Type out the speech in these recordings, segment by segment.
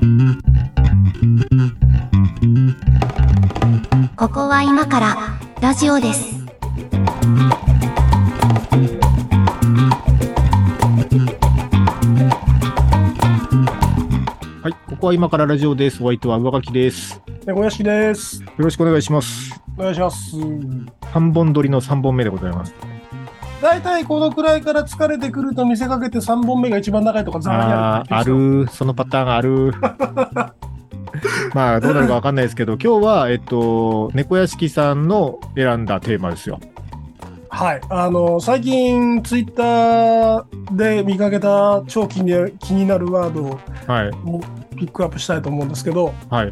ここは今からラジオです。 はい、ここは今からラジオです。お相手は上垣です。 猫屋敷です。 よろしくお願いします。 お願いします。 3本撮りの3本目でございます。 だいたいこのくらいから疲れてくると見せかけて3本目が一番長いとかざらにある。 ある、そのパターンある。まあどうなるかわかんないですけど、今日は猫屋敷さんの選んだテーマですよ。 はい、最近ツイッターで見かけた超気になるワードをピックアップしたいと思うんですけど、 はい、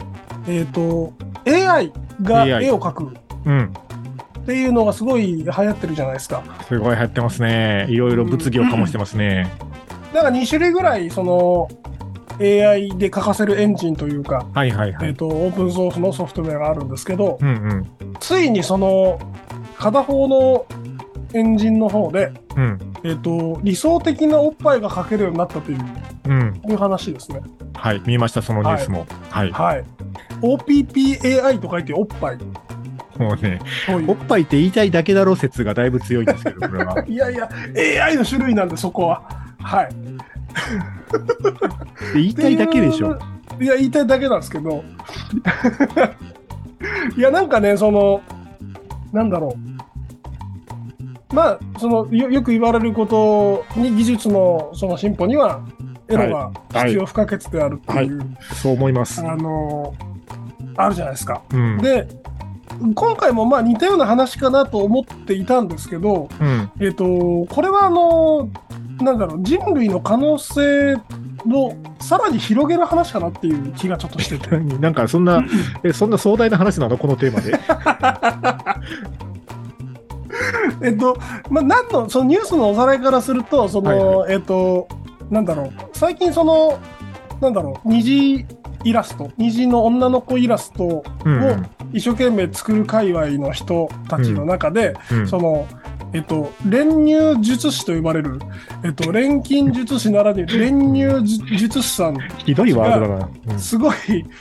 AI が絵を描くっていうのがすごい流行ってるじゃないですか。 すごい流行ってますね。いろいろ物議を醸してますね。 なんか2種類ぐらいその AI で書かせるエンジンというか、 はいはいはい、 オープンソースのソフトウェアがあるんですけど、 うんうん、 ついにその片方のエンジンの方で、 うん、 理想的なおっぱいが描けるようになったという、いう話ですね。 はい、見ました、そのニュースも。はい。 はい。OPPAI と書いておっぱい。 もうね、おっぱいって言いたいだけだろ説がだいぶ強いんですけど、これは。 いやいや、AI の種類なんで、そこは。はい。 言いたいだけでしょ。 いや、言いたいだけなんですけど。いや、なんかね、なんだろう。まあ、よく言われることに技術のその進歩にはエロが必要不可欠であるっていう、 はいはい、そう思います。 あるじゃないですか。 うん、 で、今回もまあ似たような話かなと思っていたんですけど、これはなんだろう、人類の可能性をさらに広げる話かなっていう気がちょっとしてて。 なんかそんな壮大な話なのこのテーマで。 まあ、そのニュースのおさらいからすると、なんだろう、最近なんだろう、二次の女の子イラストを一生懸命作る界隈の人たちの中で、錬入術師と呼ばれる、錬金術師ならぬ錬入術師さん、 ひどいワードだな。 すごい、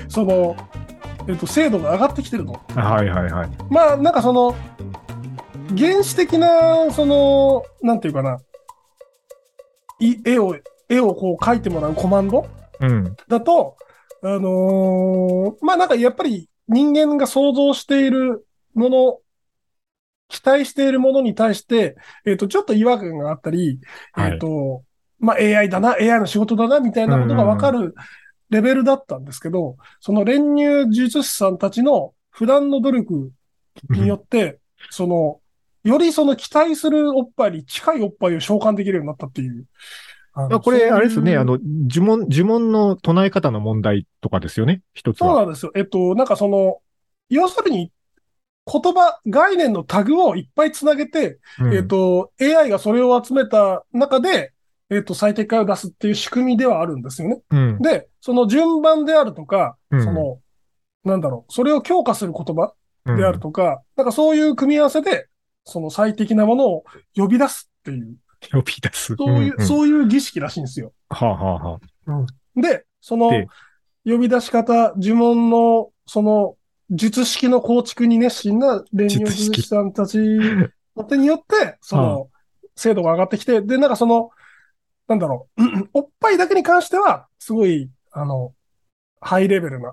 精度が上がってきてるの。 はいはいはい。 まあ、なんか原始的な、なんていうかな、絵をこう描いてもらうコマンド、だと、まあなんかやっぱり人間が想像しているもの、期待しているものに対して、ちょっと違和感があったり、 はい、 まあ AI の仕事だな、みたいなことがわかるレベルだったんですけど、その錬入術師さんたちの普段の努力によって、より期待するおっぱいに近いおっぱいを召喚できるようになったっていう。 これ、あれですね、呪文の唱え方の問題とかですよね、一つは。 そうなんですよ。なんか要するに、概念のタグをいっぱいつなげて、AI がそれを集めた中で、最適解を出すっていう仕組みではあるんですよね。で、その順番であるとか、なんだろう、それを強化する言葉であるとか、なんかそういう組み合わせで、最適なものを呼び出すっていう。 呼び出す。 そういう儀式らしいんですよ。 はあはあはあ。 で、呼び出し方、呪文の、術式の構築に熱心な錬入術師さんたちの手によって、精度が上がってきて、で、なんかなんだろう、おっぱいだけに関しては、すごい、ハイレベルな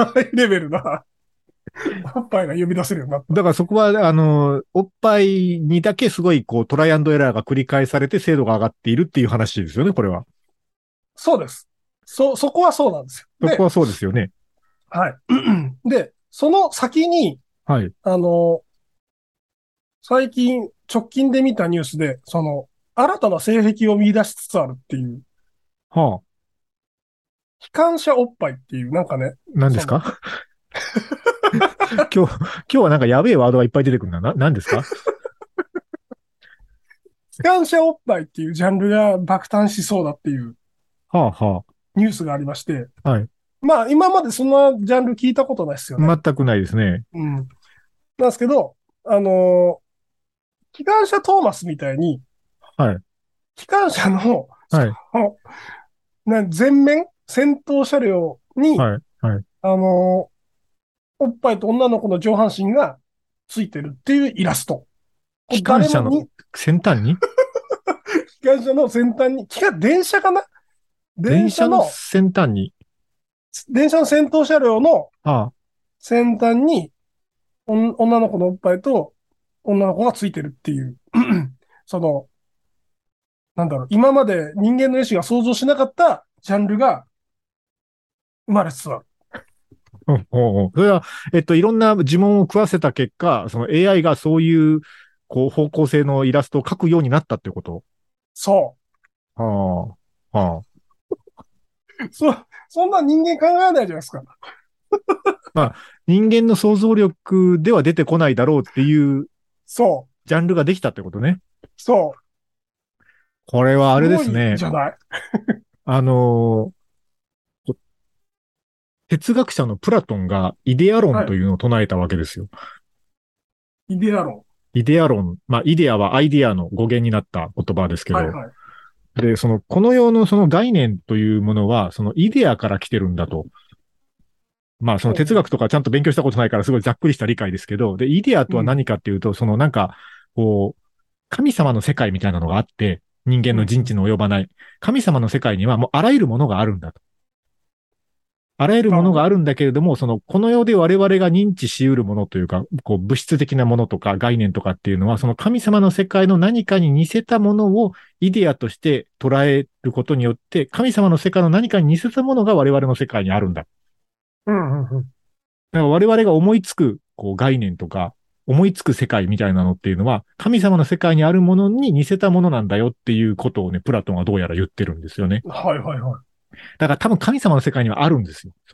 おっぱいが呼び出せるようになった。 だからそこは、おっぱいにだけすごい、トライアンドエラーが繰り返されて精度が上がっているっていう話ですよね、これは。 そうです。そこはそうなんですよ。 そこはそうですよね。 はい。で、その先に、 はい。 最近、直近で見たニュースで、新たな性癖を見出しつつあるっていう。 はあ。 機関車おっぱいっていう、なんかね。 何ですか今日はなんかやべえワードがいっぱい出てくるんだな。何ですか機関車おっぱいっていうジャンルが爆誕しそうだっていう。 はあはあ。ニュースがありまして。 はい。 まあ、今までそんなジャンル聞いたことないですよね。 全くないですね。 なんですけど、機関車トーマスみたいに、 はい。 機関車の、 はい。 前面、先頭車両に、 はい。はい。 おっぱいと女の子の上半身がついてるっていうイラスト。これ機関車の先端に機関車の先端に、電車かな電電車の車の、 先端に。 電車の先頭車両のああ、 先端に、女の子のおっぱいと女の子がついてるっていう、その、なんだろう、今まで人間の意志が想像しなかったジャンルが生まれつつある。 うんうんうん。それは、いろんな呪文を食わせた結果、その AI がそういう、こう、方向性のイラストを描くようになったってこと。 そはあ、はあ。 う。そんな人間考えないじゃないですか。 まあ、人間の想像力では出てこないだろうっていうそジャンルができたってことね。 そう。 これはあれですごいすね。 じゃない？ あの哲学者のプラトンがイデア論はい。 というのを唱えたわけですよ。 イデアロイデア論。まあ、イデアはアイデアの語源になった言葉ですけン。はいど、 はい。 で、この世のその概念というものは、そのイデアから来てるんだと。まあ、その哲学とかちゃんと勉強したことないからすごいざっくりした理解ですけど、で、イデアとはうん。 何かっていうと、なんか、こう、神様の世界みたいなのがあって、人間うん。 の人知の及ばない。神様の世界にはもうあらゆるものがあるんだと。あらゆるもなるほど。 のがあるんだけれども、この世で我々が認知し得るものというか、こう、物質的なものとか概念とかっていうのは、その神様の世界の何かに似せたものをイデアとして捉えることによって、神様の世界の何かに似せたものが我々の世界にあるんだ。 うん、うん、うん。 だから我々が思いつく、こう、概念とか、思いつく世界みたいなのっていうのは、神様の世界にあるものに似せたものなんだよっていうことをね、プラトンはどうやら言ってるんですよね。 はいはいはい。 だから多分神様の世界にはあるんですよ。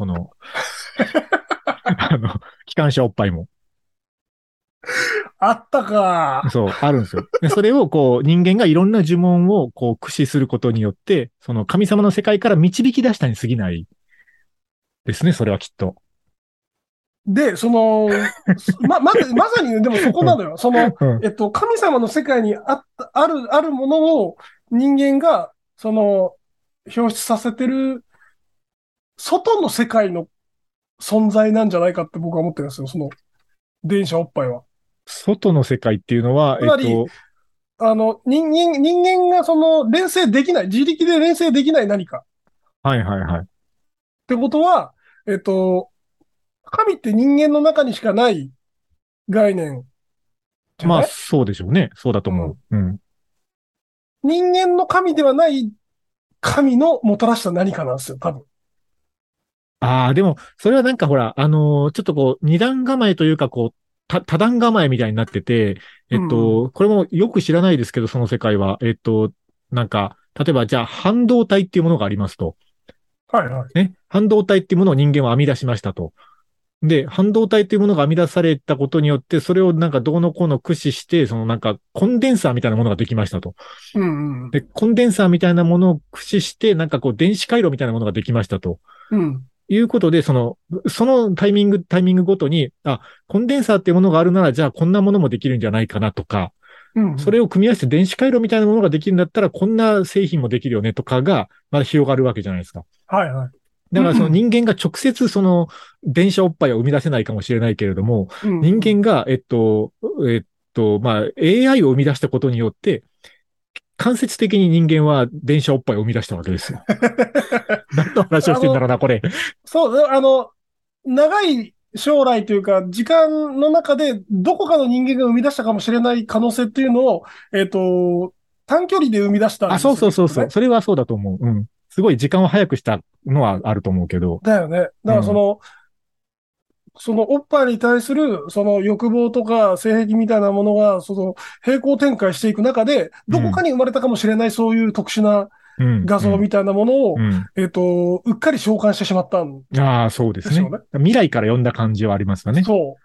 機関車おっぱいも。 あったか。 そう、あるんですよ。で、それをこう、人間がいろんな呪文をこう、駆使することによって、その神様の世界から導き出したに過ぎないですね、それはきっと。 で、まさにね、でもそこうん、 なのよ。 うん。 神様の世界にあるものを人間が、表出させてる外の世界の存在なんじゃないかって僕は思ってるんですよ。その電車おっぱいは。 外の世界っていうのは、 つまり、人間が連成できない、自力で連成できない何か。 はいはいはい。 ってことは、えっと、神って人間の中にしかない概念じゃまあ、 ない？ そうでしょうね。そうだとうん。 思う。うん。 人間の神ではない神のもたらした何かなんですよ、多分。 ああ、でも、それはなんかほら、ちょっとこう、二段構えというか、こう、多段構えみたいになってて、 うん。 これもよく知らないですけど、その世界は。なんか、例えばじゃあ、半導体っていうものがありますと。 はいはい。 ね。半導体っていうものを人間は編み出しましたと。で、半導体っていうものが編み出されたことによって、それをなんかどうのこうの駆使して、なんかコンデンサーみたいなものができましたと。 うんうん。 で、コンデンサーみたいなものを駆使して、なんかこう電子回路みたいなものができましたと。 うん。 いうことで、そのタイミングごとに、あ、コンデンサーっていうものがあるなら、じゃあこんなものもできるんじゃないかなとか、 うん。うん。 それを組み合わせて電子回路みたいなものができるんだったら、こんな製品もできるよねとかが、まだ広がるわけじゃないですか。 はいはい。 だからその人間が直接その電車おっぱいを生み出せないかもしれないけれども、 うん。うん。 人間が、まあ、AI を生み出したことによって、間接的に人間は電車おっぱいを生み出したわけですよ。何の話をあの、 してんだろうな、これ。 そう、長い将来というか、時間の中でどこかの人間が生み出したかもしれない可能性っていうのを、短距離で生み出したあ、そうんですよね、きっとね。 そうそうそう。それはそうだと思う。うん。すごい時間を早くしたのはあると思うけど。 だよね。だからうん。 そのおっぱいに対するその欲望とか性癖みたいなものが、平行展開していく中で、どこかうん。 に生まれたかもしれないそういう特殊なうん。 画うん。 像みたいなものを、 うん。 うっかり召喚してしまったんああ、そうですね。 ですよね。 未来から読んだ感じはありますかね。 そう。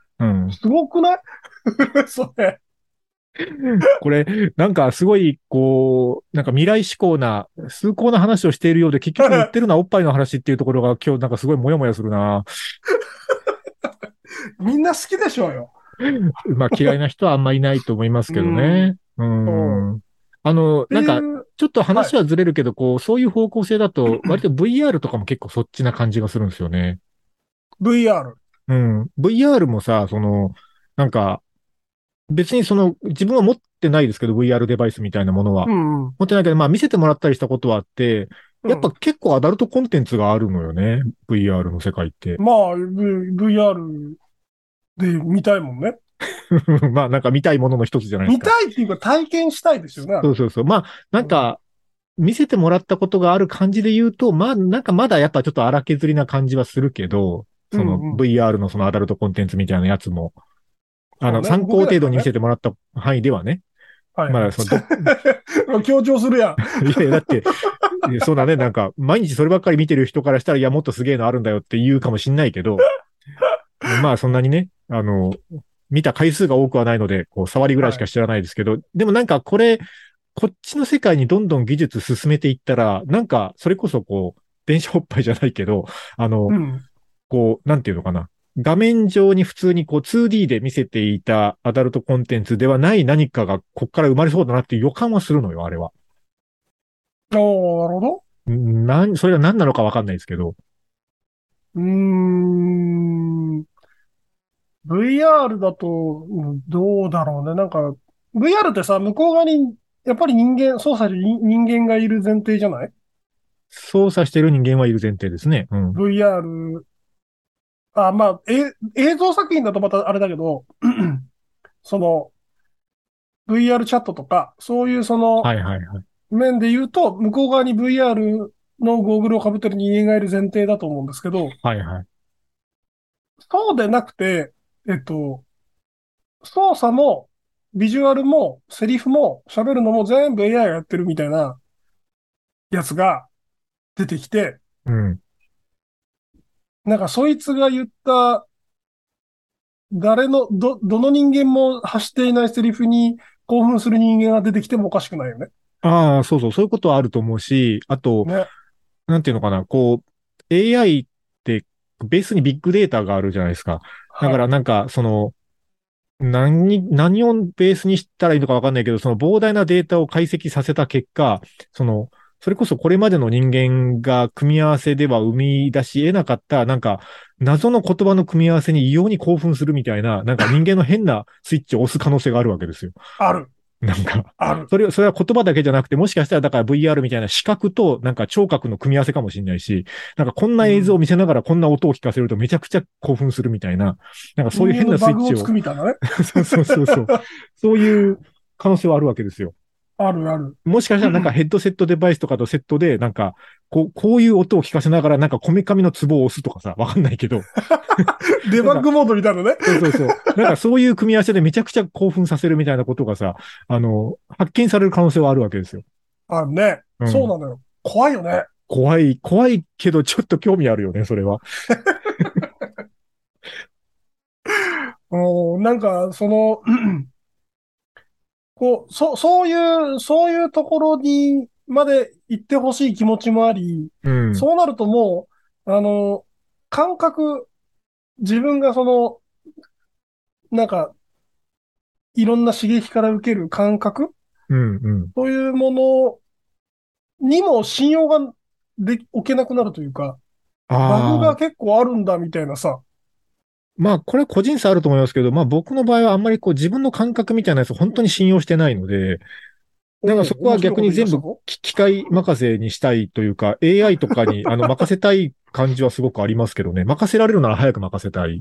うん。 すごくない？それ。 これ、なんかすごい、こう、なんか未来志向な、崇高な話をしているようで、結局言ってるのはおっぱいの話っていうところが今日なんかすごいモヤモヤするな。 みんな好きでしょうよ。 まあ嫌いな人はあんまいないと思いますけどうん。 ね。うそう。っん。なんか、 ていう。 ちょっとはい。 話はずれるけど、こう、そういう方向性だと、割と VR とかも結構そっちな感じがするんですよね。 VR。 うん。VR もさ、なんか、別に自分は持ってないですけど、VR デバイスみたいなものは。 うんうん。 持ってないけど、まあ見せてもらったりしたことはあって、やっぱうん。 結構アダルトコンテンツがあるのよね。VR の世界って。 まあ、VR で見たいもんね。 まあなんか見たいものの一つじゃないです見たか。 いっていうか体験したいですよね、あれ。 そうそうそう。まあ、なんうん。 か、見せてもらったことがある感じで言うと、まあ、なんかまだやっぱちょっと荒削りな感じはするけど、そのうんうん。 VR のそのアダルトコンテンツみたいなやつも、 そうね。 参動けないからね。 考程度に見せてもらった範囲ではね。まあ、 はいはい。強調するやん。 いや、だって、そうだね、なんか、毎日そればっかり見てる人からしたら、いや、もっとすげえのあるんだよって言うかもしんないけど、まあ、そんなにね、見た回数が多くはないので、こう、触りぐらいしはい。 か知らないですけど、でもなんかこっちの世界にどんどん技術進めていったら、なんか、それこそこう、電車おっぱいじゃないけど、あの、 うん。 こう、なんていうのかな。画面上に普通にこう 2D で見せていたアダルトコンテンツではない何かがこっから生まれそうだなっていう予感はするのよ、あれは。 おー、なるほど。 それが何なのかわかんないですけど。 うーん。VR だと、どうだろうね。なんか、VR ってさ、向こう側に、やっぱり操作で人間がいる前提じゃない？ 操作してる人間はいる前提ですね。うん。 VR、まあ、映像作品だとまたあれだけど、その、VR チャットとか、そういうそのはいはいはい。 面で言うと、向こう側に VR のゴーグルを被ってる人間がいる前提だと思うんですけど、 はいはい。 そうでなくて、操作も、ビジュアルも、セリフも、喋るのも全部 AI がやってるみたいなやつが出てきて、 うん。 なんかそいつが言ったどの人間も発していないセリフに興奮する人間が出てきてもおかしくないよね。 ああ、そうそう、そういうことはあると思うし、あと、 ね。 なんていうのかな、こう、AI ってベースにビッグデータがあるじゃないですか。だかはい。 らなんか、何をベースにしたらいいのかわかんないけど、その膨大なデータを解析させた結果、その、それこそこれまでの人間が組み合わせでは生み出し得なかった、なんか、謎の言葉の組み合わせに異様に興奮するみたいな、なんか人間の変なスイッチを押す可能性があるわけですよ。 ある。 なんか、 ある。 それは言葉だけじゃなくて、もしかしたらだから VR みたいな視覚となんか聴覚の組み合わせかもしれないし、なんかこんな映像をうん。 見せながらこんな音を聞かせるとめちゃくちゃ興奮するみたいな、なんかそういう変なス人間のバイッチを、 グをつくみたいなね。 そうそうそうそう、そういう可能性はあるわけですよ。 あるある。 もしかしたらなんかヘッドセットデバイスとかとセットで、なんか、こういう音を聞かせながらなんかこめかみのツボを押すとかさ、わかんないけど、なんかデバッグモードみたいなね。 そうそうそう。なんかそういう組み合わせでめちゃくちゃ興奮させるみたいなことがさ、発見される可能性はあるわけですよ。 あるね。 うん。 そうなのよ。怖いよね。 怖いけどちょっと興味あるよね、それは。 なんか、そういうところにまで行ってほしい気持ちもあり、 うん。 そうなるともう、感覚、自分がなんか、いろんな刺激から受ける感覚うん、うん。 というものにも信用が置けなくなるというか、バグああ、 が結構あるんだみたいなさ、 まあこれ個人差あると思いますけど、まあ僕の場合はあんまりこう自分の感覚みたいなやつ本当に信用してないので、だからそこは面白いこと逆に全部言い出したぞ。 機械任せにしたいというか、AI とかに任せたい感じはすごくありますけどね。任せられるなら早く任せたい。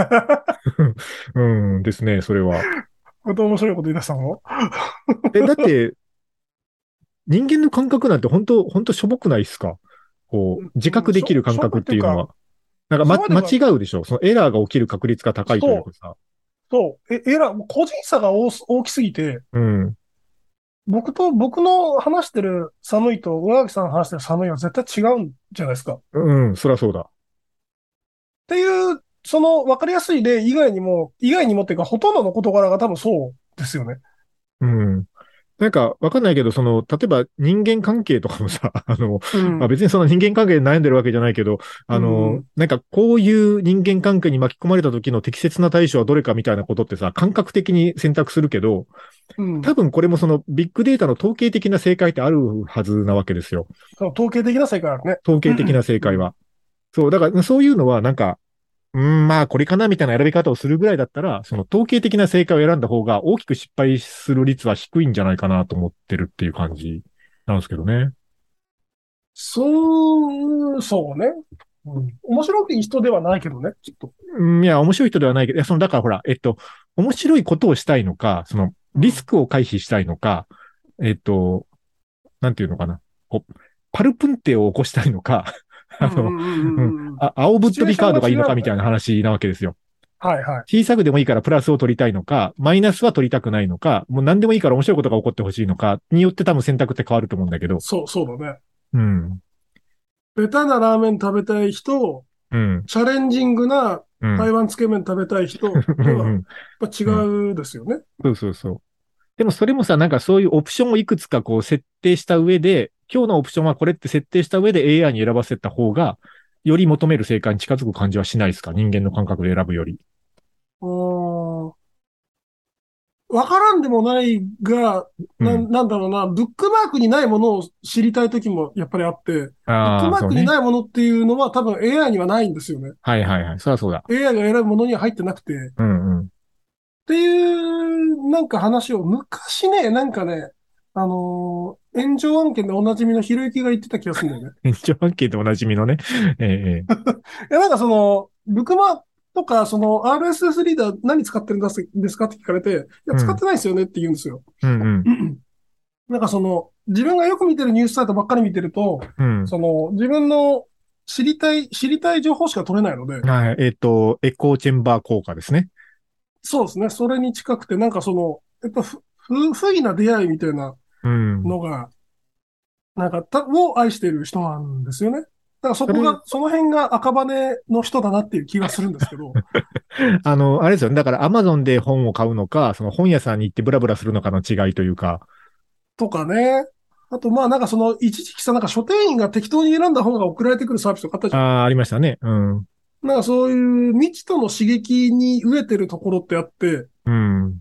うんですね、それは。 また面白いこと言い出したの？ だって人間の感覚なんて本当しょぼくないですか？こう、自うん、 覚できる感しょ覚ぼっていうか、 っていうのは。なんか、間しょぼっていうか、 違うでしょ？そのエラーが起きる確率が高いというそう、 かさ。 個人差が大きすぎて、 うん。 僕の話してる寒いと、上垣さんの話してる寒いは絶対違うんじゃないですか。っうん、そりゃそうだ。 ていう、その分かりやすい例以外にもっていうか、ほとんどの事柄が多分そうですよね。 うん。 なんか、わかんないけど、例えば人間関係とかもさ、まあ、 うん。 別にその人間関係で悩んでるわけじゃないけど、 うん。 なんかこういう人間関係に巻き込まれた時の適切な対処はどれかみたいなことってさ、感覚的に選択するけど、 うん。 多分これもそのビッグデータの統計的な正解ってあるはずなわけですよ。 その統計的な世界あるね。 統計的な正うん。 解は。そう、だからそういうのはなんか、まあこれかなみたいな選び方をするぐらいだったら、その統計的な正解を選んだ方が大きく失敗する率は低いんじゃないかなと思ってるっていう感じなんですけどね。 そうね。面白い人ではないけどね、きっと。 いや、面白い人ではないけど、いやだからほら、面白いことをしたいのか、リスうん。 クを回避したいのか、えっと、なんていうのかな。パルプンテを起こしたいのか、 うんうんうん。 青ぶっ飛びシチュエーションがカードがいいのか違うのね。 みたいな話なわけですよ。 はいはい。 小さくでもいいからプラスを取りたいのか、マイナスは取りたくないのか、もう何でもいいから面白いことが起こってほしいのか、によって多分選択って変わると思うんだけど。 そうだね。 うん。 ベタなラーメン食べたい人、 うん。 チャレンジングなうん。 台湾つけ麺食べたい人うでは、やっん。 ぱうん。 違うですよね。 そうそうそう。でもそれもさ、なんかそういうオプションをいくつかこう設定した上で、今日のオプションはこれって設定した上で AI に選ばせた方が、より求める正解に近づく感じはしないですか？人間の感覚で選ぶより。 うーん。わからんでもないが、 うん。 なんだろうな、ブックマークにないものを知りたいときもやっぱりあって、ブックああ、 マークにそうね。 ないものっていうのは多分 AI にはないんですよね。 はいはいはい。そりゃそうだ。 AI が選ぶものには入ってなくて。っうんうん。 ていうなんか話を昔ね、なんかね、炎上案件でおなじみのひろゆきが言ってた気がするんだよね。 延長半径でおなじみのね。ええなんかブックマークとか、RSS リーダー何使ってるんですかって聞かれて、いや、 うん。 使ってないですよねって言うんですよ。 うんうん。 なんか自分がよく見てるニュースサイトばっかり見てると、 うん。 自分の知りたい情報しか取れないので、 はい。エコーチェンバー効果ですね。 そうですね。それに近くて、なんかやっぱ不意な出会いみたいなうん。 のが、なんか、を愛している人なんですよね。だからそれ、 その辺が赤羽の人だなっていう気がするんですけど、 あれですよね。だから Amazon で本を買うのか、その本屋さんに行ってブラブラするのかの違いというか。 とかね。あと、まあなんか一時期さ、なんか書店員が適当に選んだ本が送られてくるサービスとかあったじゃん。 ああ、ありましたね。うん。 なんかそういう未知との刺激に飢えてるところってあって、 うん。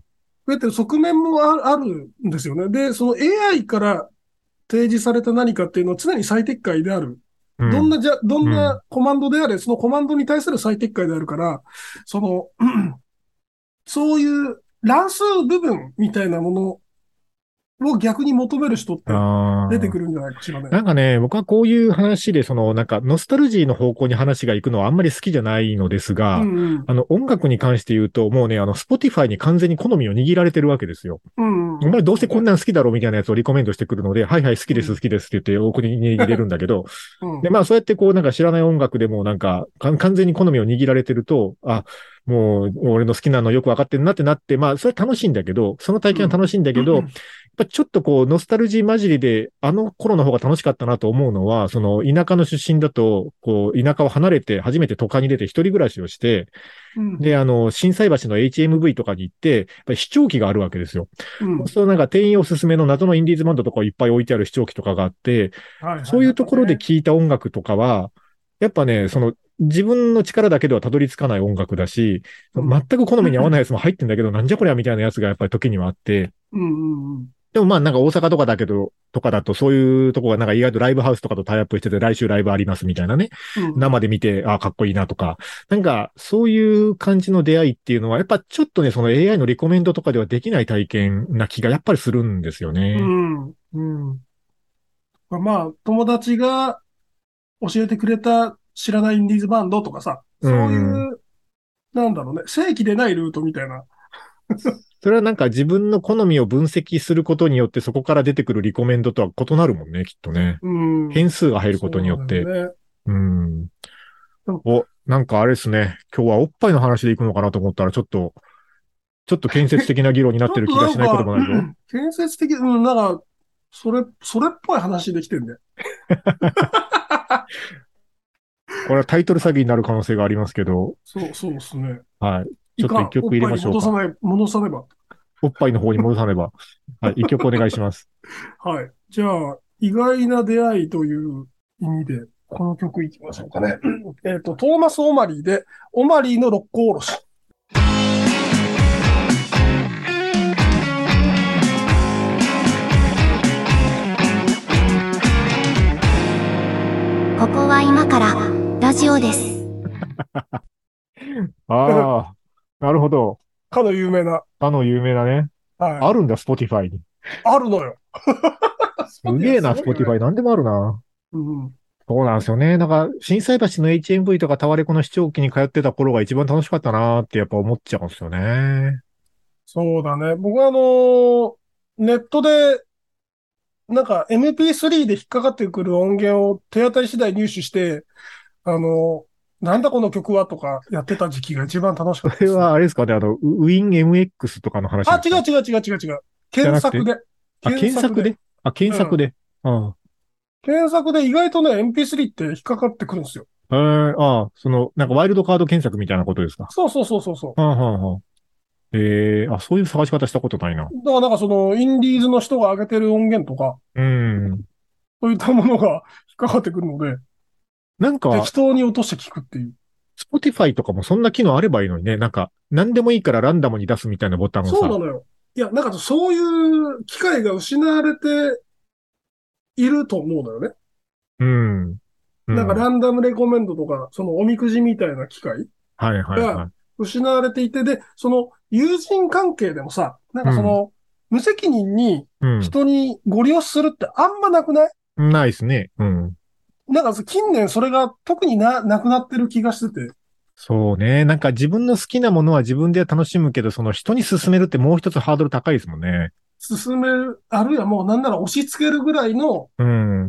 増えてる側面もあるんですよね。で、その AI から提示された何かっていうのは常に最適解である。 うん。 どんうん。 なコマンドであれ、そのコマンドに対する最適解であるから、その、そういう乱数部分みたいなものを逆に求める人って出てああ。 くるんじゃないかしらね。 なんかね、僕はこういう話で、なんか、ノスタルジーの方向に話が行くのはあんまり好きじゃないのですが、 うんうん。 音楽に関して言うと、もうね、Spotify に完全に好みを握られてるわけですよ。 うんうん。 お前どうせこんそうね。 なん好きだろうみたいなやつをリコメンドしてくるので、はいはい、好きです、好うん。 きですって言ってお国に入れるんだけど、 うで、 ん。 まあそうやってこうなんか知らない音楽でもなんか完全に好みを握られてると、もう俺の好きなのよくわかってるなってなって、まあそれは楽しいんだけど、その体験はうん。 楽しいんだけど、やっぱちょっとこうノスタルジー混じりで、あの頃の方が楽しかったなと思うのは、その田舎の出身だと、こう田舎を離れて初めて都会に出て一人暮らしをして、 うん。 で、心斎橋の HMV とかに行って、やっぱり視聴器があるわけですよ。 うん。 そうするとなんか店員おすすめの謎のインディーズバンドとかいっぱい置いてある視聴器とかがあって、 はいはい、 そういうところであったね。 聴いた音楽とかは、やっぱね、自分の力だけではたどり着かない音楽だし、 うん。 全く好みに合わないやつも入ってんだけど、なんじゃこりゃみたいなやつがやっぱり時にはあって、 うんうんうん。 でもまあなんか大阪とかだけど、とかだとそういうとこがなんか意外とライブハウスとかとタイアップしてて来週ライブありますみたいなね。 うんうん。 生で見て、かっこいいなとか。なんかそういう感じの出会いっていうのはやっぱちょっとね、その AI のリコメンドとかではできない体験な気がやっぱりするんですようね。 ん。うん。まあ、友達が教えてくれた知らないインディーズバンドとかさ、 うそういん。 う、なんだろうね、正規でないルートみたいな。 それはなんか自分の好みを分析することによってそこから出てくるリコメンドとは異なるもんね、きっとね。 うん。 変数が入ることにそうよって。 だよね。 うん。 でもなんかあれですね。今日はおっぱいの話でいくのかなと思ったらちょっと建設的な議論になってるちょっと気がしないことなんか、 もないぞ。 建設的、なんか、それっぽい話できてんで。 これはタイトル詐欺になる可能性がありますけど、 そうですね。 はい。ちょっと一おっぱいに曲入れましょうか。 戻さねば。 おっぱいの方に戻さねば。はい、一曲お願いします。 はい。じゃあ、意外な出会いという意味で、この曲いきましょうかね。トーマス・オマリーで、オマリーの六甲おろし。 ここは今からラジオです。 ああ、なるほど。 かの有名な。 有名なね。 はい。 あるんだ、スポティファイに。 あるのよ。スポティはすげえな、 すごいよね。 スポティファイ。なんでもあるな。 うん。 そうなんですよね。なんか、心斎橋の HMV とかタワレコの視聴器に通ってた頃が一番楽しかったなーってやっぱ思っちゃうんですよね。 そうだね。僕はネットで、なんか MP3 で引っかかってくる音源を手当たり次第入手して、あのなんだこの曲はとかやってた時期が一番楽しかそれったですね。 はあれですかね、WinMX とかの話あ、 ですか？ 違う。 じゃなくて、 検索で。 あ、 検索で。 検うん。 索で。あ検索で意外とね、MP3 って引っかかってくるんですよ。 なんかワイルドカード検索みたいなことですか？ そはあ。そういう探し方したことないな。 う。だからなんかインディーズの人が上げてる音源とか、 うん。 そういったものが引っかかってくるので、 なんか、 適当に落として聞くっていう。 Spotify とかもそんな機能あればいいのにね。なんか、何でもいいからランダムに出すみたいなボタンをさ。 そうなのよ。いや、なんかそういう機会が失われていると思うのよね。 うん。うん。 なんかランダムレコメンドとか、そのおみくじみたいな機会がはい。 失われていて、で、その友人関係でもさ、なんうん。 か無責任にうん。 人にご利用するってあんまなくない？ ないですね。うん。 なんか近年それが特になくなってる気がしてて、 そうね。なんか自分の好きなものは自分で楽しむけど、その人に勧めるってもう一つハードル高いですもんね。 進める、あるいはもうなんなら押し付けるぐらいの、 うん。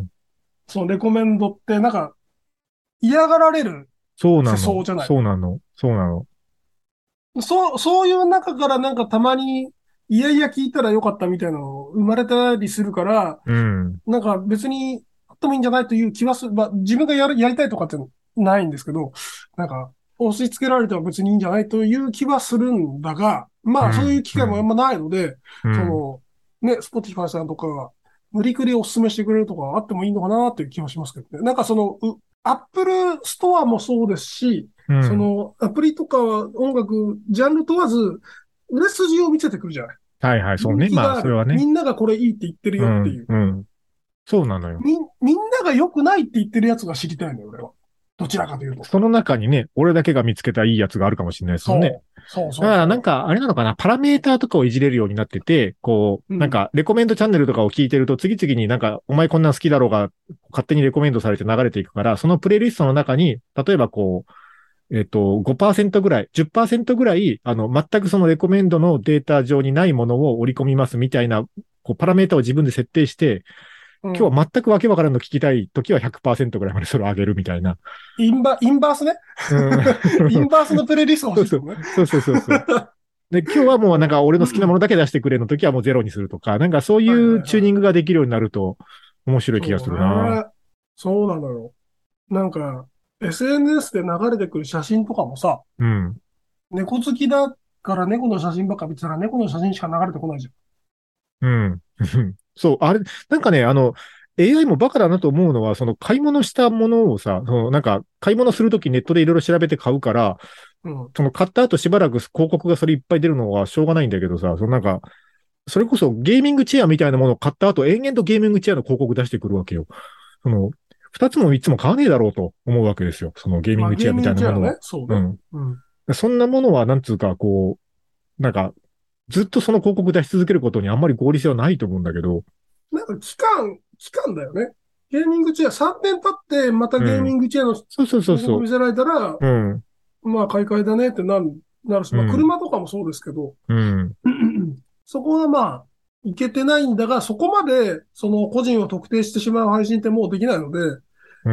そのレコメンドって、なんか嫌がられる世そうなの。 相じゃない。 そうなの。 そういう中からなんかたまに、いやいや聞いたらよかったみたいなの生まれたりするから、 うん。 なんか別にあってもいいんじゃないという気はする。まあ自分がやりたいとかってないんですけど、なんか押し付けられては別にいいんじゃないという気はするんだが、まあそういううん。 機会もあんまないので、 うん。 その、ね、スポティファイさんとかが無理くりお勧めしてくれるとかあってもいいのかなという気はしますけどね。なんかアップルストアもそうですし、 うん。 そのアプリとかは音楽、ジャンル問わず、売れ筋を見せてくるじゃない。 はい。そう人ね。まあ、 気がある。 それはね。 みんながこれいいって言ってるうん。 よっていう。 うん。そうなのよ。 みんなが良くないって言ってるやつが知りたいのよ、俺は。どちらかというと。 その中にね、俺だけが見つけたいいやつがあるかもしれないですもんね。だからなんか、あれなのかな、パラメーターとかをいじれるようになってて、こう、 うん。 なんか、レコメンドチャンネルとかを聞いてると、次々になんか、お前こんなん好きだろうが、勝手にレコメンドされて流れていくから、そのプレイリストの中に、例えばこう、5%ぐらい、10%ぐらい、全くそのレコメンドのデータ上にないものを織り込みますみたいな、こう、パラメータを自分で設定して、 うん。 今日は全くわけわからんの聞きたい時は100%ぐらいまでそれを上げるみたいな。 インバースね。 うん。 インバースのプレイリスト欲そうそう。 しいってことね。 そう。で、今日はもうなんか俺の好きなもうん。 のだけ出してくれの時はもうゼロにするとか、なんかそういはいはうチューニングいはい。 ができるようになると面白い気がすそうるな。 ね。そうなのよ。なんか、SNS で流れてくる写真とかもさ、 うん。 猫好きだから猫の写真ばっか見てたら猫の写真しか流れてこないじゃん。 うん。そう、あれ、なんかね、AI もバカだなと思うのは、その買い物したものをさ、なんか買い物するときネットでいろいろ調べて買うから、 うん。 その買った後しばらく広告がそれいっぱい出るのはしょうがないんだけどさ、そのなんか、それこそゲーミングチェアみたいなものを買った後、延々とゲーミングチェアの広告出してくるわけよ。その、二つも三つも買わねえだろうと思うわけですよ。そのゲーミまあ、 ングチェアみゲーミンたいなものは。 グチェアね。そうね。 うん。 うん。 そんなものは、なんつうか、こう、なんか、ずっとその広告出し続けることにあんまり合理性はないと思うんだけど、 なんか期間だよね。ゲーミングチェア3年経って、またゲーミうん。 ングチェアの広そう。 告見せられたら、 うん。 まあ、買い替えだねってなるし、まあ、 うん。 車とかもそうですけど、 うん。 そこはまあ、いけてないんだが、そこまで、その個人を特定してしまう配信ってもうできないので、 うん。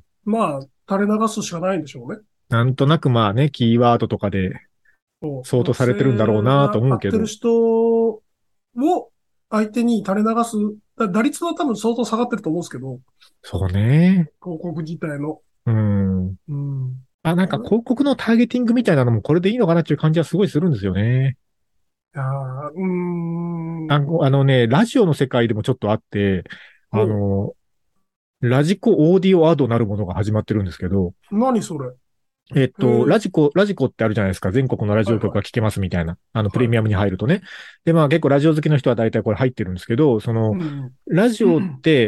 まあ、垂れ流すしかないんでしょうね。 なんとなくまあね、キーワードとかで相当特されてるんだろうなと性が合ってる思うけど。 人を相手に垂れ流す。打率は多分相当下がってると思うんですけど、 そうね。 広告自体の。 うん。 うん。 なんか広告のターゲティングみたいなのもこれでいいのかなっていう感じはすごいするんですよね。 やー、 あのね、ラジオの世界でもちょっとあって、あほの、ラジコオーディオアドなるものが始まってるんですけど、 何それ。へえ、 ラジコってあるじゃないですか。全国のラジはいはい、 オ局が聞けますみたいな。プはい。 レミアムに入るとね。で、まあ結構ラジオ好きの人は大体これ入ってるんですけど、ラジオって、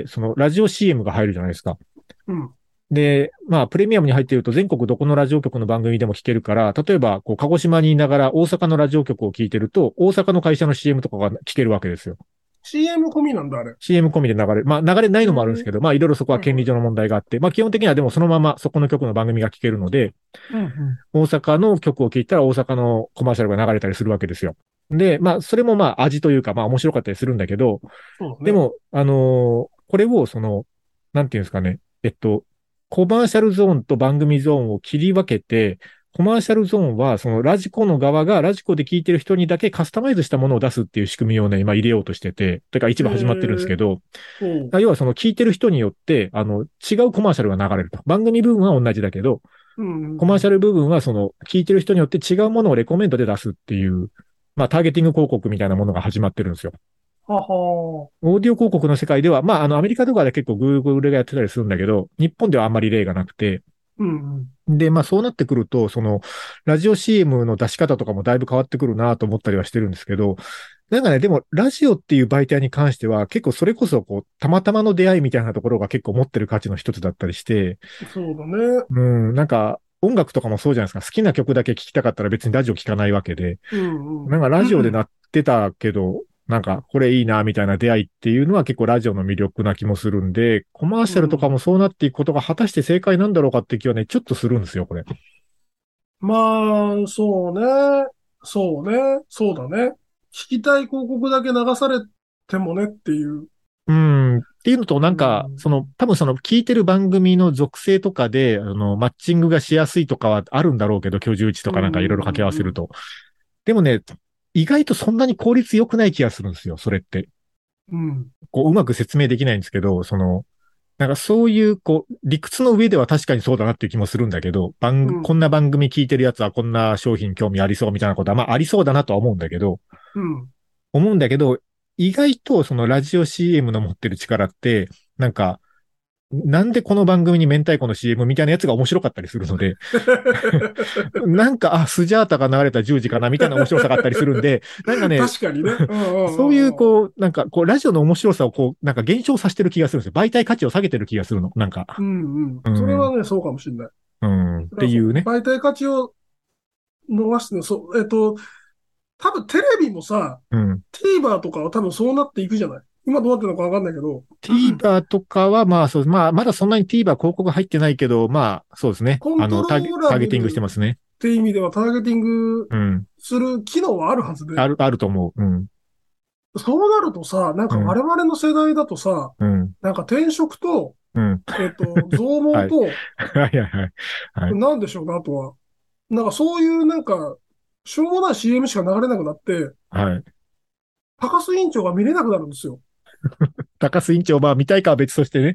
ラジオ CM が入るじゃないですか。 うん、 で、まあ、プレミアムに入っていると全国どこのラジオ局の番組でも聞けるから、例えば、こう、鹿児島にいながら大阪のラジオ局を聞いてると、大阪の会社の CM とかが聞けるわけですよ。 CM 込みなんだ、あれ。 CM 込みで流れる。まあ、流れないへえ、 のもあるんですけど、まあ、いろいろそこははいはい。 権利上の問題があって、まあ、基本的にはでもそのままそこの局の番組が聞けるので、 うん、 大阪の曲を聞いたら大阪のコマーシャルが流れたりするわけですよ。で、まあ、それもまあ、味というか、まあ、面白かったりするんだけど、 そうだね。 でも、これを、なんていうんですかね、コマーシャルゾーンと番組ゾーンを切り分けて、コマーシャルゾーンは、そのラジコの側がラジコで聞いてる人にだけカスタマイズしたものを出すっていう仕組みをね、今入れようとしてて、というか一へ部始まってるんですえ、 けど、 おう、 要はその聞いてる人によって、違うコマーシャルが流れると。番組部分は同じだけど、 うん、うん、 コマーシャル部分はその聞いてる人によって違うものをレコメンドで出すっていう、まあターゲティング広告みたいなものが始まってるんですよ。 はは、 オーディオ広告の世界では、まあ、アメリカとかで結構 Google がやってたりするんだけど、日本ではあんまり例がなくて、 うん、うん、 で、まあ、そうなってくると、ラジオ CM の出し方とかもだいぶ変わってくるなと思ったりはしてるんですけど、なんかね、でも、ラジオっていう媒体に関しては、結構それこそ、こう、たまたまの出会いみたいなところが結構持ってる価値の一つだったりして、 そうだね。 うん、なんか、音楽とかもそうじゃないですか。好きな曲だけ聴きたかったら別にラジオ聴かないわけで、 うん、うん。 なんかラジオで鳴ってたけど、なんかこれいいなみたいな出会いっていうのは結構ラジオの魅力な気もするんで、コマーシャルとかうん。 もそうなっていくことが果たして正解なんだろうかって気はね、ちょっとするんですよ、これ。 まあ、そうね。そうね。そうだね。聞きたい広告だけ流されてもねっていう。 うん。っていうのと、なんうか、 ん。 多分聞いてる番組の属性とかで、マッチングがしやすいとかはあるんだろうけど、居住地とうかなんかいろいろ掛け合わせん。うん。 ると。でもね、意外とそんなに効率良くない気がするんですよ、それって。 うん。 こう、うまく説明できないんですけど、なんかそういう、こう、理屈の上では確かにそうだなっていう気もするんだけど、こんな番組聞いてるやつはこんな商品興味ありそうみたいなことは、まあありそうだなとはうん。 思うんだけど、意外とそのラジオ CM の持ってる力って、なんか、なんでこの番組に明太子の CM みたいなやつが面白かったりするので、なんか、あ、スジャータが流れた10時かなみたいな面白さがあったりするんで、なんかね、 確かにね。うんうそういう、 んうんこう、なんか、こう、ラジオの面白さを、こう、なんか減少させてる気がするんですよ。媒体価値を下げてる気がするの。なんか。 うん。うんうん。 うん。 それはね、そうかもしれない。 うん。っそれはそう。 ていうね。 媒体価値を伸ばしてね、そう、多分テレビもさ、 うん。 TVer とかは多分そうなっていくじゃない。今どうなってるのかわかんないけど、 TVer とかは、まあ、そう、まあ、まだそんなに TVer 広告入ってないけど、まあ、そうですね。 コントローラブターゲティングしてルっますね。 ていう意味ではターゲティングうん。 する機能はあるはずで、 あると思う。うん。 そうなるとさ、なんうん。 か我々の世代だとさ、 うん。 なんか転職と、 うん。 増毛はい。 と、 はいはいはい。はい。 なんでしょうね、あとは。なんかそういうなんか、しょうもない CM しか流れなくなって、 はい。 高須委員長が見れなくなるんですよ。 高須委員長、まあ、見たいかは別としてね。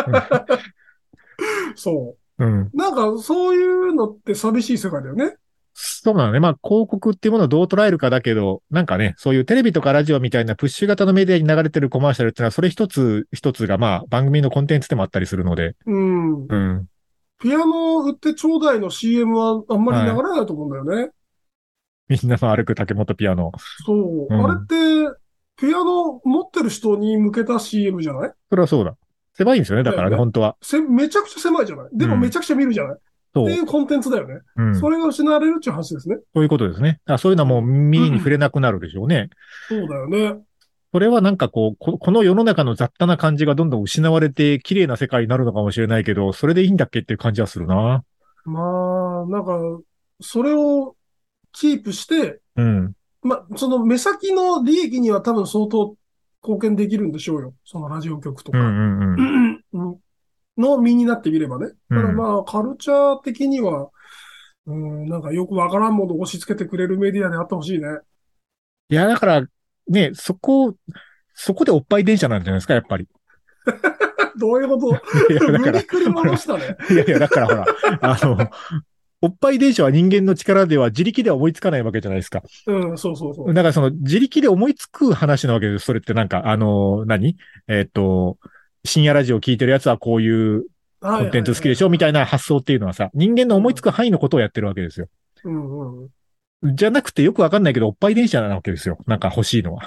そうん。 う。なんかそういうのって寂しい世界だよね。 そうなのね。まあ、広告っていうものをどう捉えるかだけど、なんかね、そういうテレビとかラジオみたいなプッシュ型のメディアに流れてるコマーシャルっていうのは、それ一つ一つがまあ、番組のコンテンツでもあったりするので、 うん。 うん。 ピアノ売ってちょうだいの CM はあんまり流れはい。 ないと思うんだよね。 みんなの歩く竹本ピアノ。 そう。あれっうん。 て、ピアノ持ってる人に向けた CM じゃないそれはそうだ。狭いんですよね。だからね、 だよね。 本当は。 めちゃくちゃ狭いじゃない。でもめうん。 ちゃくちゃ見るじゃない。っていそうコンテンツだよね。 う。うん。 それが失われるっていう話ですね。 そういうことですね。そういうのはもううん。 耳に触れなくなるでしょうね。 そうだよね。 それはなんかこの世の中の雑多な感じがどんどん失われて綺麗な世界になるのかもしれないけど、それでいいんだっけっていう感じはするな。 まあ、なんか、それをキープして、 うん。 まあ、その目先の利益には多分相当貢献できるんでしょうよ。そのラジオ局とうんか。 うんうん。 うんの身になってみればね。ただうん。 まあ、カルチャー的には、なんかよくわからんものを押し付けてくれるメディアであってほしいね。 いや、だから、ね、そこでおっぱい電車なんじゃないですか、やっぱり。 どういうこと？ いや、だから、 無理くりほら、 戻したね。 いやいや、だからほら、あの、 おっぱい電車は人間の力では自力では思いつかないわけじゃないですか。 うん、そうそうそう。 だからその自力で思いつく話なわけです。それってなんか、何深夜ラジオ聞いてるやつはこういうコンテンはいはいはいツ好きでしょみたいな発想っていうのはさ、人間の思いつうんく範囲のことをやってるわけですよ。 うんうん。 じゃなくてよくわかんないけど、おっぱい電車なわけですよ。なんか欲しいのは。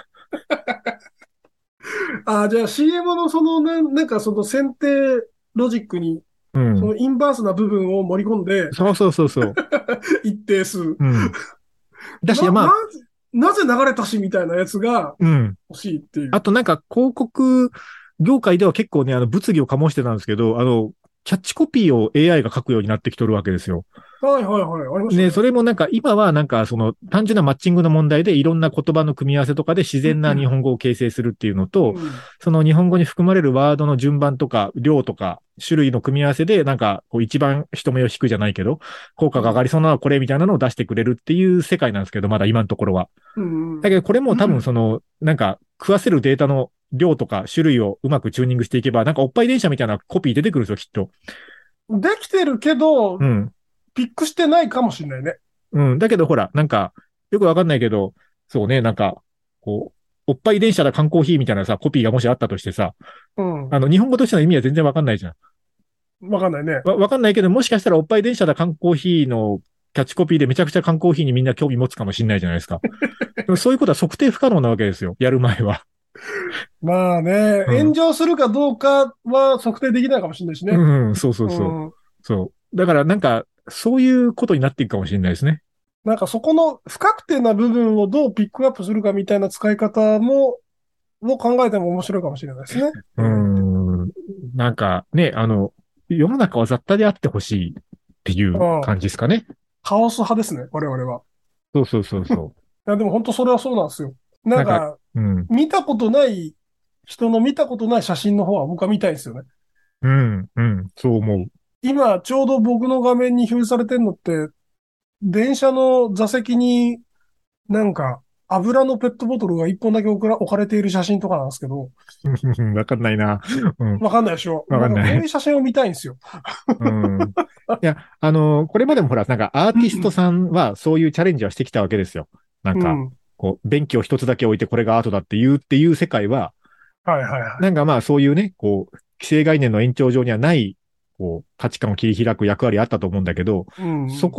あ、じゃあ CM のその、なんかその選定ロジックに、 うん。 そのインバースな部分を盛り込んで、 そうそうそうそ一定数。 う。うん。だし、 な、な、 まあ、 なぜ流れたしみたいなやつがうん。 欲しいっていう。 あとなんか広告業界では結構ね、物議を醸してたんですけど、キャッチコピーを AI が書くようになってきとるわけですよ。 はいはいはい、ありましたね、 ね。 それもなんか今はなんかその単純なマッチングの問題でいろんな言葉の組み合わせとかで自然な日本語を形成するっていうのと、 うん。 その日本語に含まれるワードの順番とか量とか種類の組み合わせでなんかこう一番人目を引くじゃないけど、効果が上がりそうなのはこれみたいなのを出してくれるっていう世界なんですけど、まだ今のところは。 うん。 だけどこれも多分そのなんか食わせるデータの量とか種類をうまくチューニングしていけば、なんかおっぱい電車みたいなコピー出てくるんですよ、きっと。 できてるけど、 うん。 ピックしてないかもしれないね。 うん。だけどほら、なんか、よくわかんないけど、そうね、なんか、こう、おっぱい電車だ缶コーヒーみたいなさ、コピーがもしあったとしてさ、 うん。 日本語としての意味は全然わかんないじゃん。 わかんないね。 わかんないけど、もしかしたらおっぱい電車だ缶コーヒーのキャッチコピーでめちゃくちゃ缶コーヒーにみんな興味持つかもしれないじゃないですか。でもそういうことは測定不可能なわけですよ。やる前は。 まあね、 うん。 炎上するかどうかは測定できないかもしれないしね。 うん、そうそうそう。 うん。 そう。だからなんか、そういうことになっていくかもしれないですね。 なんかそこの不確定な部分をどうピックアップするかみたいな使い方を考えても面白いかもしれないですね。 う AI って。 ん。なんかね、世の中は雑多であってほしいっていううん。 感じですかね。 カオス派ですね、我々は。 そうそうそうそいや、でも本当それはそうなんですよ。 う。なんか、 なんか、 うん、 見たことない、人の見たことない写真の方は僕は見たいですよね。 うん、うん、そう思う。 今、ちょうど僕の画面に表示されてるのって、電車の座席になんか油のペットボトルが一本だけ置かれている写真とかなんですけど、 わかんないな。うん、 わかんないでしょ。なんかこういうわかんない。 写真を見たいんですよ。 うん。いや、これまでもほら、なんかアーティストさんはそういうチャレンジはしてきたわけですよ。なんか、 うん。 こう、便器を一つだけ置いてこれがアートだっていう世界は、 はいはいはい。 なんかまあそういうね、こう、既成概念の延長上にはない、こう、価値観を切り開く役割あったと思うんだけど、 うん。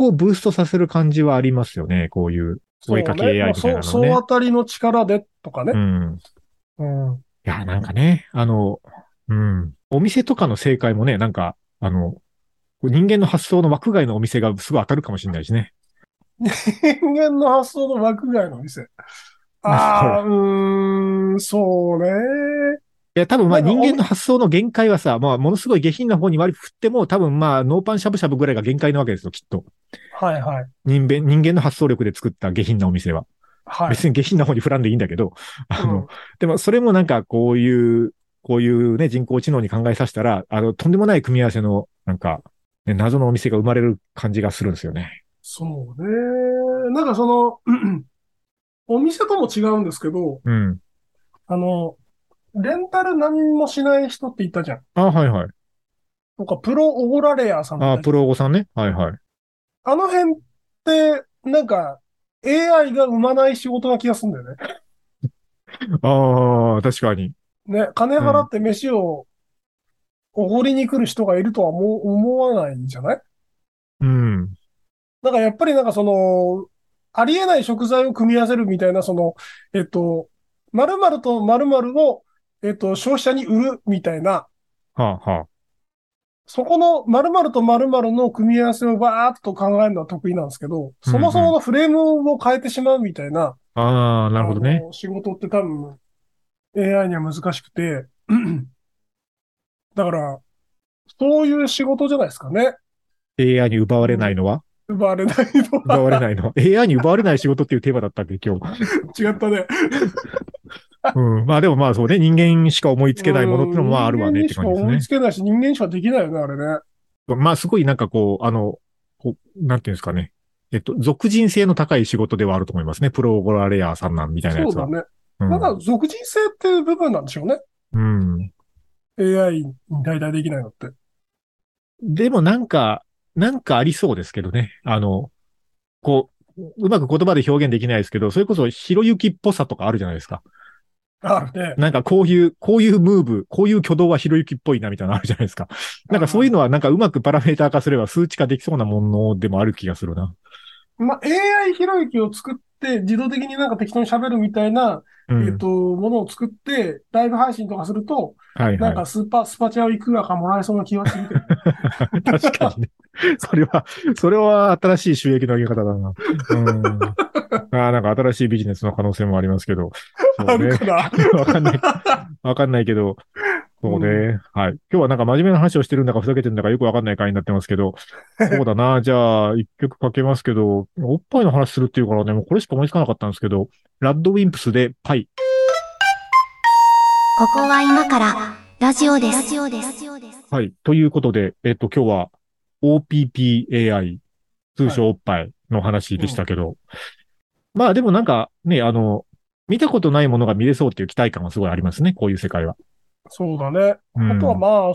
そこをブーストさせる感じはありますよね。こういうお絵かきそうね。ま AI あ、 みたい総なのね。 当たりの力でとかね。 うん。 うん。 いや、なんかね、うん。お店とかの正解もね、なんか、人間の発想の枠外のお店がすごい当たるかもしれないしね。 人間の発想の枠外の店。 ほああ、 ら。 そうね。 いや、多分まあなんか人間の発想の限界はさ、まあものすごい下品な方に割り振っても多分まあノーパンしゃぶしゃぶぐらいが限界なわけですよ、きっと。 はいはい。 人間の発想力で作った下品なお店は。 はい。 別に下品な方に振らんでいいんだけど、 うあの、 ん。 でもそれもなんかこういうね、人工知能に考えさせたら、とんでもない組み合わせの、なんか、ね、謎のお店が生まれる感じがするんですよね。 そうね。なんかその、お店とも違うんですけど、 うん。 あの、レンタル何もしない人っていたじゃん。 あ、はいはい。 とか、プロオゴラレアさんっていあ、プたじゃん。 ロゴさんね。はいはい。 あの辺って、なんか、AI が生まない仕事な気がするんだよね。 ああ、確かに。 ね、金うん。 払って飯をおごりに来る人がいるとは思わないんじゃない？ うん。 なんかやっぱりなんかその、ありえない食材を組み合わせるみたいな、その、〇〇と〇〇を、消費者に売るみたいな、 はあ、はそこの〇〇と〇〇の組み合わせをバーっと考えるのは得意なんですけど、 あ。うんそもそうん。 ものフレームを変えてしまうみたいな、 ああ、なるほどね。 仕事って多分 AI には難しくて、だから、そういう仕事じゃないですかね。 AI に奪われうん、 ないのは奪われないの奪われは。 ないのは AI に奪われない仕事っていうテーマだったっけ、今日。 違ったね。 うん。まあでもまあそうね、人間しか思いつけないものっていうのもまああ人るわねって間にしか思いつ感じですね。 けないし、人間にしかできないよね、あれね。 まあすごいなんかこう、なんていうんですかね。属人性の高い仕事ではあると思いますね。プロゴラレアさんなんみたいなやつは。 そうだね。なんか、 うん。 属人性っていう部分なんでしょうね。 うん。 AI に代替できないのって。 でもなんか、 なんかありそうですけどね。こうまく言葉で表現できないですけど、それこそひろゆきっぽさとかあるじゃないですか。 あるね。 なんかこういうムーブ、こういう挙動はひろゆきっぽいなみたいなのあるじゃないですか。なんかそういうのはなんかうまくパラメーター化すれば数値化できそうなものでもある気がするな。 まあ、AI ひろゆきを作って、自動的になんか適当に喋るみたいな、 うん。 ものを作って、ライブ配信とかすると、なんはいはい。 かスパチャをいくらかもらえそうな気はするけど。 確かにね。それは新しい収益の上げ方だな。うん。なんか新しいビジネスの可能性もありますけど。そあうね。 るかな。 わかんない。わかんないけど。そううん。 ね。はい。今日はなんか真面目な話をしてるんだかふざけてるんだかよくわかんない回になってますけど。そうだな。じゃあ、一曲かけますけど、おっぱいの話するっていうからね、もうこれしか思いつかなかったんですけど、ラッドウィンプスでパイ。 ここは今からラジオです。 はい。ということで、今日は OPPAI、通はい。 称おっぱいの話でしたうん。 けど、まあでもなんかね、見たことないものが見れそうっていう期待感はすごいありますね、こういう世界は。 そうだね。あとはうん。 まあ、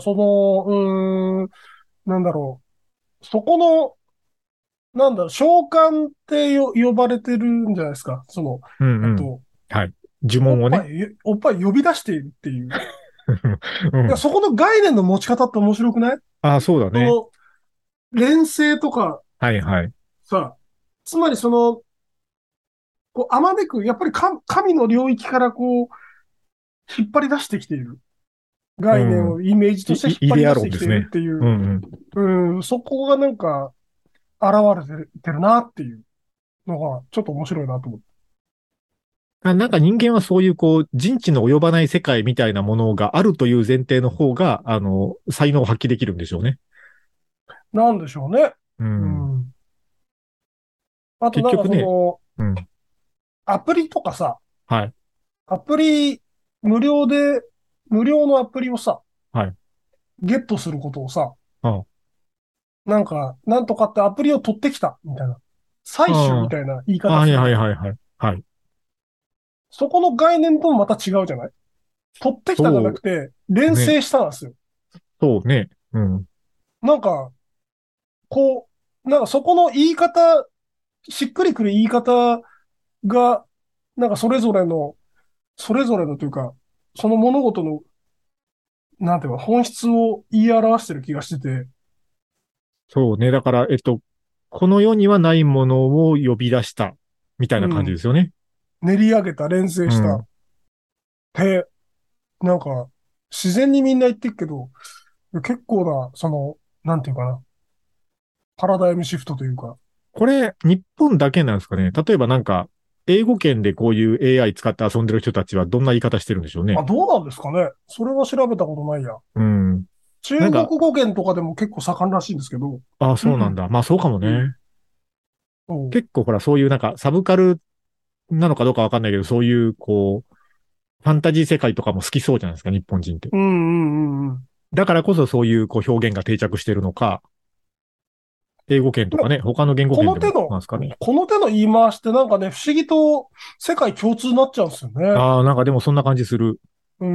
なんだろう。そこの、召喚って呼ばれてるんじゃないですか。 うんうん。 えっと、 はい。呪文をね。 おっぱい呼び出しているっていう。いや、 うん。 そこの概念の持ち方って面白くない？ ああ、そうだね。 その、連星とかはいはい。 さ、つまりあまねく、やっぱり神の領域から引っ張り出してきている。概念うん。 をイメージとして引っ張りイデア出してきている論ですね。 っていう、 うんそこがなんか、現れてるなっていうのが、ちょっと面白いなと思って。 なんか人間はそういうこう、人知の及ばない世界みたいなものがあるという前提の方が、才能を発揮できるんでしょうね。 なんでしょうね。 うん。 うん。あとなんか結局ね、うん。 アプリとかさ、 はい。 アプリ、無料で、無料のアプリをさ、 はい。 ゲットすることをさ、 あなんとかってアプリを取ってきた、みたいな。採取みあ、 たいな言いああ、はいはい方するじゃん。 はいはい。はい。 そこの概念ともまた違うじゃない？取ってきたじゃなそくて、連うね。 成したんですよ。 そうね。うん。 なんか、なんかそこの言い方、しっくりくる言い方が、なんかそれぞれのというか、その物事の、なんていうか、本質を言い表してる気がしてて、 そうね。だから、この世にはないものを呼び出した、みたいな感じでうん。 すよね。 練り上げた、連成した。 うん。 で、なんか、自然にみんな言ってるけど、結構な、なんていうかな、パラダイムシフトというか。 これ、日本だけなんですかね。例えばなんか、英語圏でこういう AI 使って遊んでる人たちはどんな言い方してるんでしょうね。 あ、どうなんですかね。それは調べたことないや。 うん。 中国なんか、 語圏とかでも結構盛んらしいんですけど。 あ、 うん。 そうなんだ。まあそうかもうん。 ね。 そ結構ほら、そういうなんか、サブカルなのかどうかわかんないけど、そういう、こう、ファンタジー世界とかも好きそうじゃないですか、日本人って。 う。うんうんうんうん。 だからこそそういうこう表現が定着してるのか、英語圏とかなね、他の言語こ圏でもの手の、 なんですかね。 この手の言い回しってなんかね、不思議と世界共通になっちゃうんですよね。 ああ、なんかでもそんな感じする。 うん。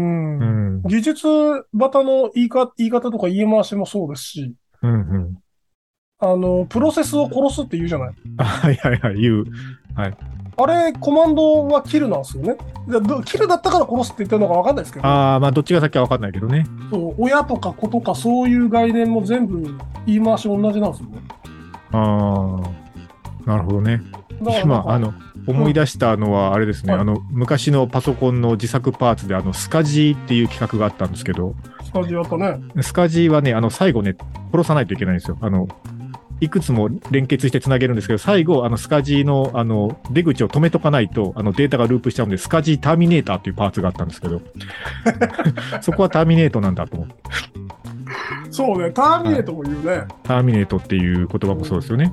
うん。 技術型の言い方とか言い回しもそうですし、 うん、うん。 プロセスを殺すって言うじゃない。 あ、はいはいはい、言う。はい。 あれ、コマンドはキルなんですよね。キルだったから殺すって言ってるのかわかんないですけど、 ああ、まあどっちが先かわかんないけどね。 そう、親とか子とかそういう概念も全部言い回し同じなんですよね。 ああ、なるほどね。 だからなん今、 か、うん、 思い出したのは、あれですね。 はい。 昔のパソコンの自作パーツで、スカジーっていう企画があったんですけど、 スタジオとね。 スカジーはね、最後ね、殺さないといけないんですよ。いくつも連結してつなげるんですけど、最後、スカジーの、出口を止めとかないと、データがループしちゃうんで、スカジーターミネーターっていうパーツがあったんですけど、そこはターミネートなんだと思って。 そうね、ターミはい。 ネートも言うね。 ターミネートっていう言葉もそうですよね。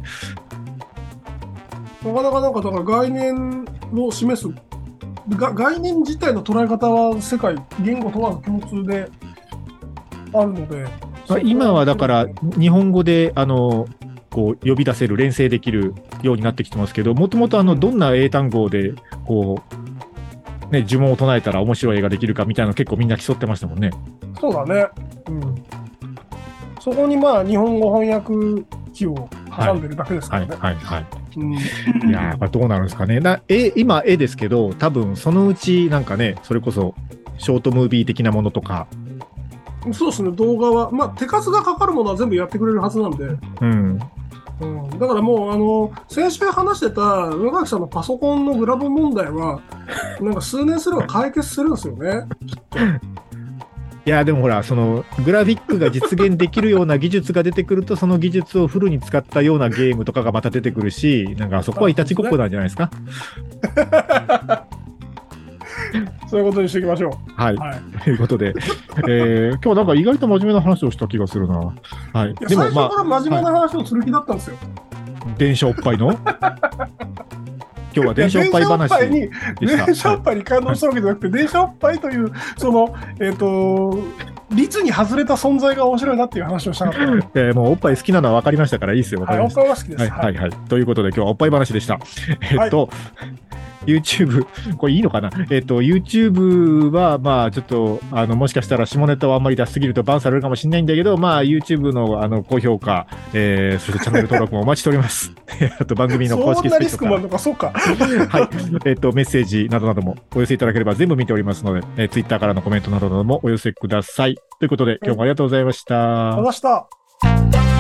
なかなかなんか、だから概念を示す、概念自体の捉え方は世界、言語問わず共通であるので、そこは今は面白いね。 だから、日本語で、こう、呼び出せる、連成できるようになってきてますけど、もともとどうん。 んな英単語で、こう、ね、呪文を唱えたら面白い絵ができるかみたいなの結構みんな競ってましたもんね。 そうだね。うん。そこにまあ、日本語翻訳機を挟んでるだけですからね。 はいはい。いやー、どうなるんですかね。今絵ですけど、多分そのうちなんかね、それこそショートムービー的なものとか。 そうですね、動画は、まあ手数がかかるものは全部やってくれるはずなんで。だからもう、先週話してた宇垣さんのパソコンのグラボ問題は、なんか数年すれば解決するんですよね、きっと。 いや、でもほら、その、グラフィックが実現できるような技術が出てくると、その技術をフルに使ったようなゲームとかがまた出てくるし、なんかそこはいたちごっこなんじゃないですか。 そういうことにしていきましょう。 はい。ということで、今日なんか意外と真面目な話をした気がするな。はい。 でも、最初から真面目な話をする気だったんですよ。 電車おっぱいの今日は電車おっぱい話でした。 電車おっぱいに感動したわけじゃなくて、電車おっぱいという、その、率に外れた存在が面白いなっていう話をしたかった。 もうおっぱい好きなのは分かりましたからいいですよ。 はい、おっぱいは好きです。 はいはい。ということで今日はおっぱい話でした。YouTube、これいいのかなYouTube は、まあ、ちょっと、もしかしたら下ネタをあんまり出しすぎるとバンされるかもしれないんだけど、まあ、YouTube の、高評価、そしてチャンネル登録もお待ちしております。あと、番組の公式サイトから。そんなリスクもあるのか、そうか。 はい。メッセージなどなどもお寄せいただければ全部見ておりますので、Twitter からのコメントなどもお寄せください。ということで、今日もありがとうございました。 ありがとうございました。